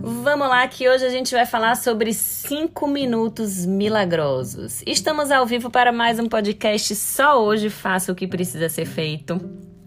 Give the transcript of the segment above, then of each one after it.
Vamos lá que hoje a gente vai falar sobre 5 minutos milagrosos. Estamos ao vivo para mais um podcast. Só hoje faça o que precisa ser feito.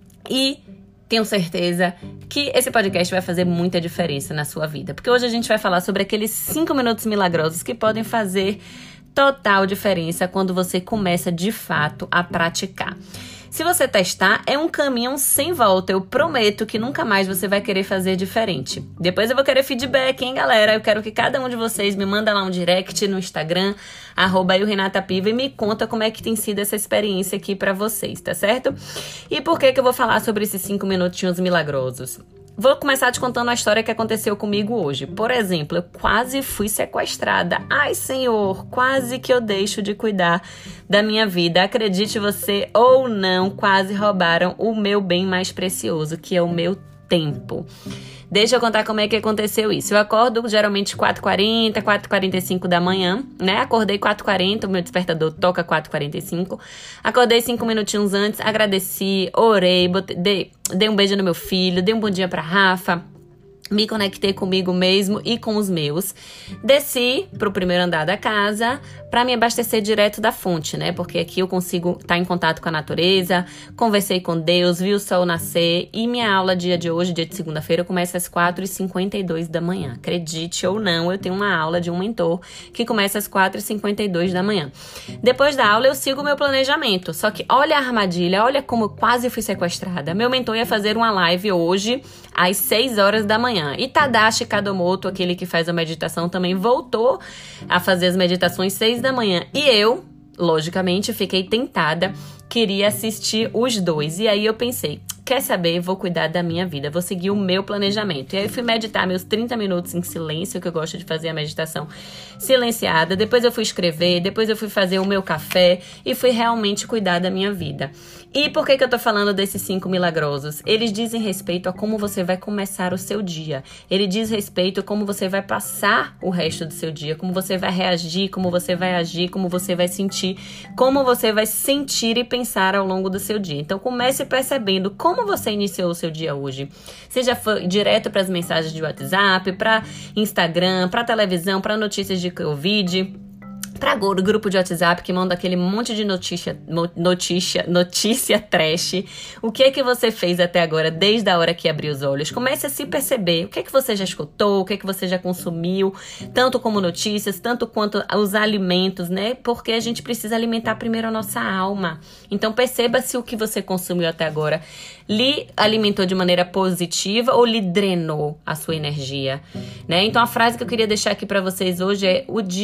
E tenho certeza que esse podcast vai fazer muita diferença na sua vida. Porque hoje a gente vai falar sobre aqueles 5 minutos milagrosos que podem fazer total diferença quando você começa de fato a praticar. Se você testar, é um caminho sem volta. Eu prometo que nunca mais você vai querer fazer diferente. Depois eu vou querer feedback, hein, galera? Eu quero que cada um de vocês me manda lá um direct no Instagram, @eurenatapiva, e me conta como é que tem sido essa experiência aqui pra vocês, tá certo? E por que eu vou falar sobre esses 5 minutinhos milagrosos? Vou começar te contando uma história que aconteceu comigo hoje. Por exemplo, eu quase fui sequestrada. Ai, Senhor, quase que eu deixo de cuidar da minha vida. Acredite você ou não, quase roubaram o meu bem mais precioso, que é o meu tempo. Deixa eu contar como é que aconteceu isso. Eu acordo geralmente 4h40, 4h45 da manhã, né? Acordei 4h40, o meu despertador toca 4h45. Acordei 5 minutinhos antes, agradeci, orei, dei um beijo no meu filho, dei um bom dia pra Rafa. Me conectei comigo mesmo e com os meus. Desci pro primeiro andar da casa para me abastecer direto da fonte, né? Porque aqui eu consigo estar em contato com a natureza. Conversei com Deus, vi o sol nascer. E minha aula dia de hoje, dia de segunda-feira, começa às 4h52 da manhã. Acredite ou não, eu tenho uma aula de um mentor que começa às 4h52 da manhã. Depois da aula eu sigo o meu planejamento. Só que olha a armadilha, olha como eu quase fui sequestrada. Meu mentor ia fazer uma live hoje às 6 horas da manhã. E Tadashi Kadomoto, aquele que faz a meditação, também voltou a fazer as meditações 6 da manhã. E eu, logicamente, fiquei tentada, queria assistir os dois. E aí eu pensei, quer saber? Vou cuidar da minha vida, vou seguir o meu planejamento. E aí eu fui meditar meus 30 minutos em silêncio, que eu gosto de fazer a meditação silenciada. Depois eu fui escrever, depois eu fui fazer o meu café e fui realmente cuidar da minha vida. E por que eu tô falando desses 5 milagrosos? Eles dizem respeito a como você vai começar o seu dia. Ele diz respeito a como você vai passar o resto do seu dia, como você vai reagir, como você vai agir, como você vai sentir, como você vai sentir e pensar ao longo do seu dia. Então comece percebendo como você iniciou o seu dia hoje. Seja foi direto para as mensagens de WhatsApp, para Instagram, para televisão, para notícias de Covid, para o grupo de WhatsApp que manda aquele monte de notícia trash. O que é que você fez até agora, desde a hora que abriu os olhos? Comece a se perceber. O que é que você já escutou? O que é que você já consumiu? Tanto como notícias, tanto quanto os alimentos, né? Porque a gente precisa alimentar primeiro a nossa alma. Então perceba se o que você consumiu até agora lhe alimentou de maneira positiva ou lhe drenou a sua energia, né? Então a frase que eu queria deixar aqui para vocês hoje é: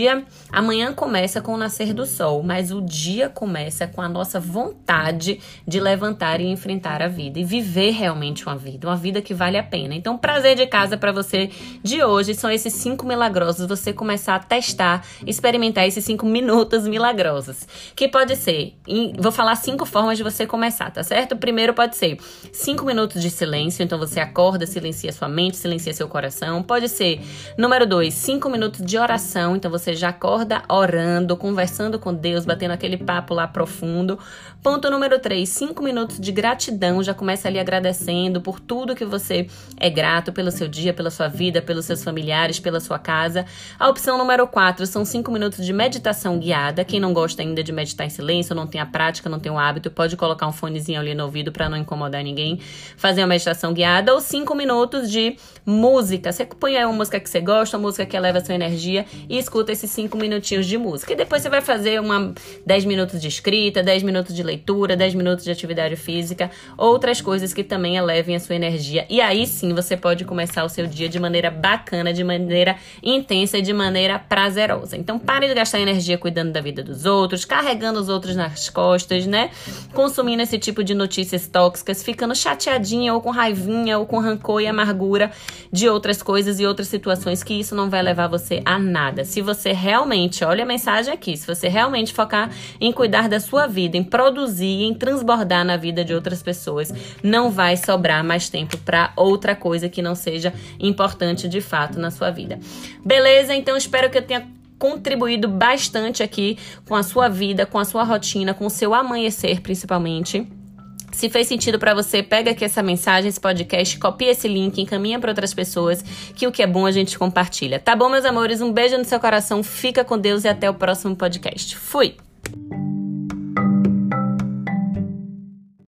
amanhã começa com o nascer do sol, mas o dia começa com a nossa vontade de levantar e enfrentar a vida e viver realmente uma vida que vale a pena. Então, prazer de casa para você de hoje são esses 5 milagrosos, você começar a testar, experimentar esses 5 minutos milagrosos, que pode ser, vou falar 5 formas de você começar, tá certo? Primeiro pode ser 5 minutos de silêncio, então você acorda, silencia sua mente, silencia seu coração. Pode ser, número 2, 5 minutos de oração, então você já acorda orando, conversando com Deus, batendo aquele papo lá profundo. Ponto número 3, 5 minutos de gratidão, já começa ali agradecendo por tudo que você é grato, pelo seu dia, pela sua vida, pelos seus familiares, pela sua casa. A opção número 4 são 5 minutos de meditação guiada. Quem não gosta ainda de meditar em silêncio, não tem a prática, não tem o hábito, pode colocar um fonezinho ali no ouvido para não incomodar ninguém, fazer uma meditação guiada. Ou 5 minutos de música. Você põe aí uma música que você gosta, uma música que eleva a sua energia e escuta esses 5 minutinhos de música. E depois você vai fazer 10 minutos de escrita, 10 minutos de leitura, 10 minutos de atividade física, outras coisas que também elevem a sua energia. E aí sim você pode começar o seu dia de maneira bacana, de maneira intensa e de maneira prazerosa. Então pare de gastar energia cuidando da vida dos outros, carregando os outros nas costas, né? Consumindo esse tipo de notícias tóxicas, ficando chateadinha ou com raivinha ou com rancor e amargura de outras coisas e outras situações, que isso não vai levar você a nada. Se você realmente, olha a mensagem aqui, se você realmente focar em cuidar da sua vida, em produzir, em transbordar na vida de outras pessoas, não vai sobrar mais tempo para outra coisa que não seja importante de fato na sua vida. Beleza? Então espero que eu tenha contribuído bastante aqui com a sua vida, com a sua rotina, com o seu amanhecer principalmente. Se fez sentido pra você, pega aqui essa mensagem, esse podcast, copia esse link, encaminha pra outras pessoas, que o que é bom a gente compartilha. Tá bom, meus amores? Um beijo no seu coração, fica com Deus e até o próximo podcast. Fui!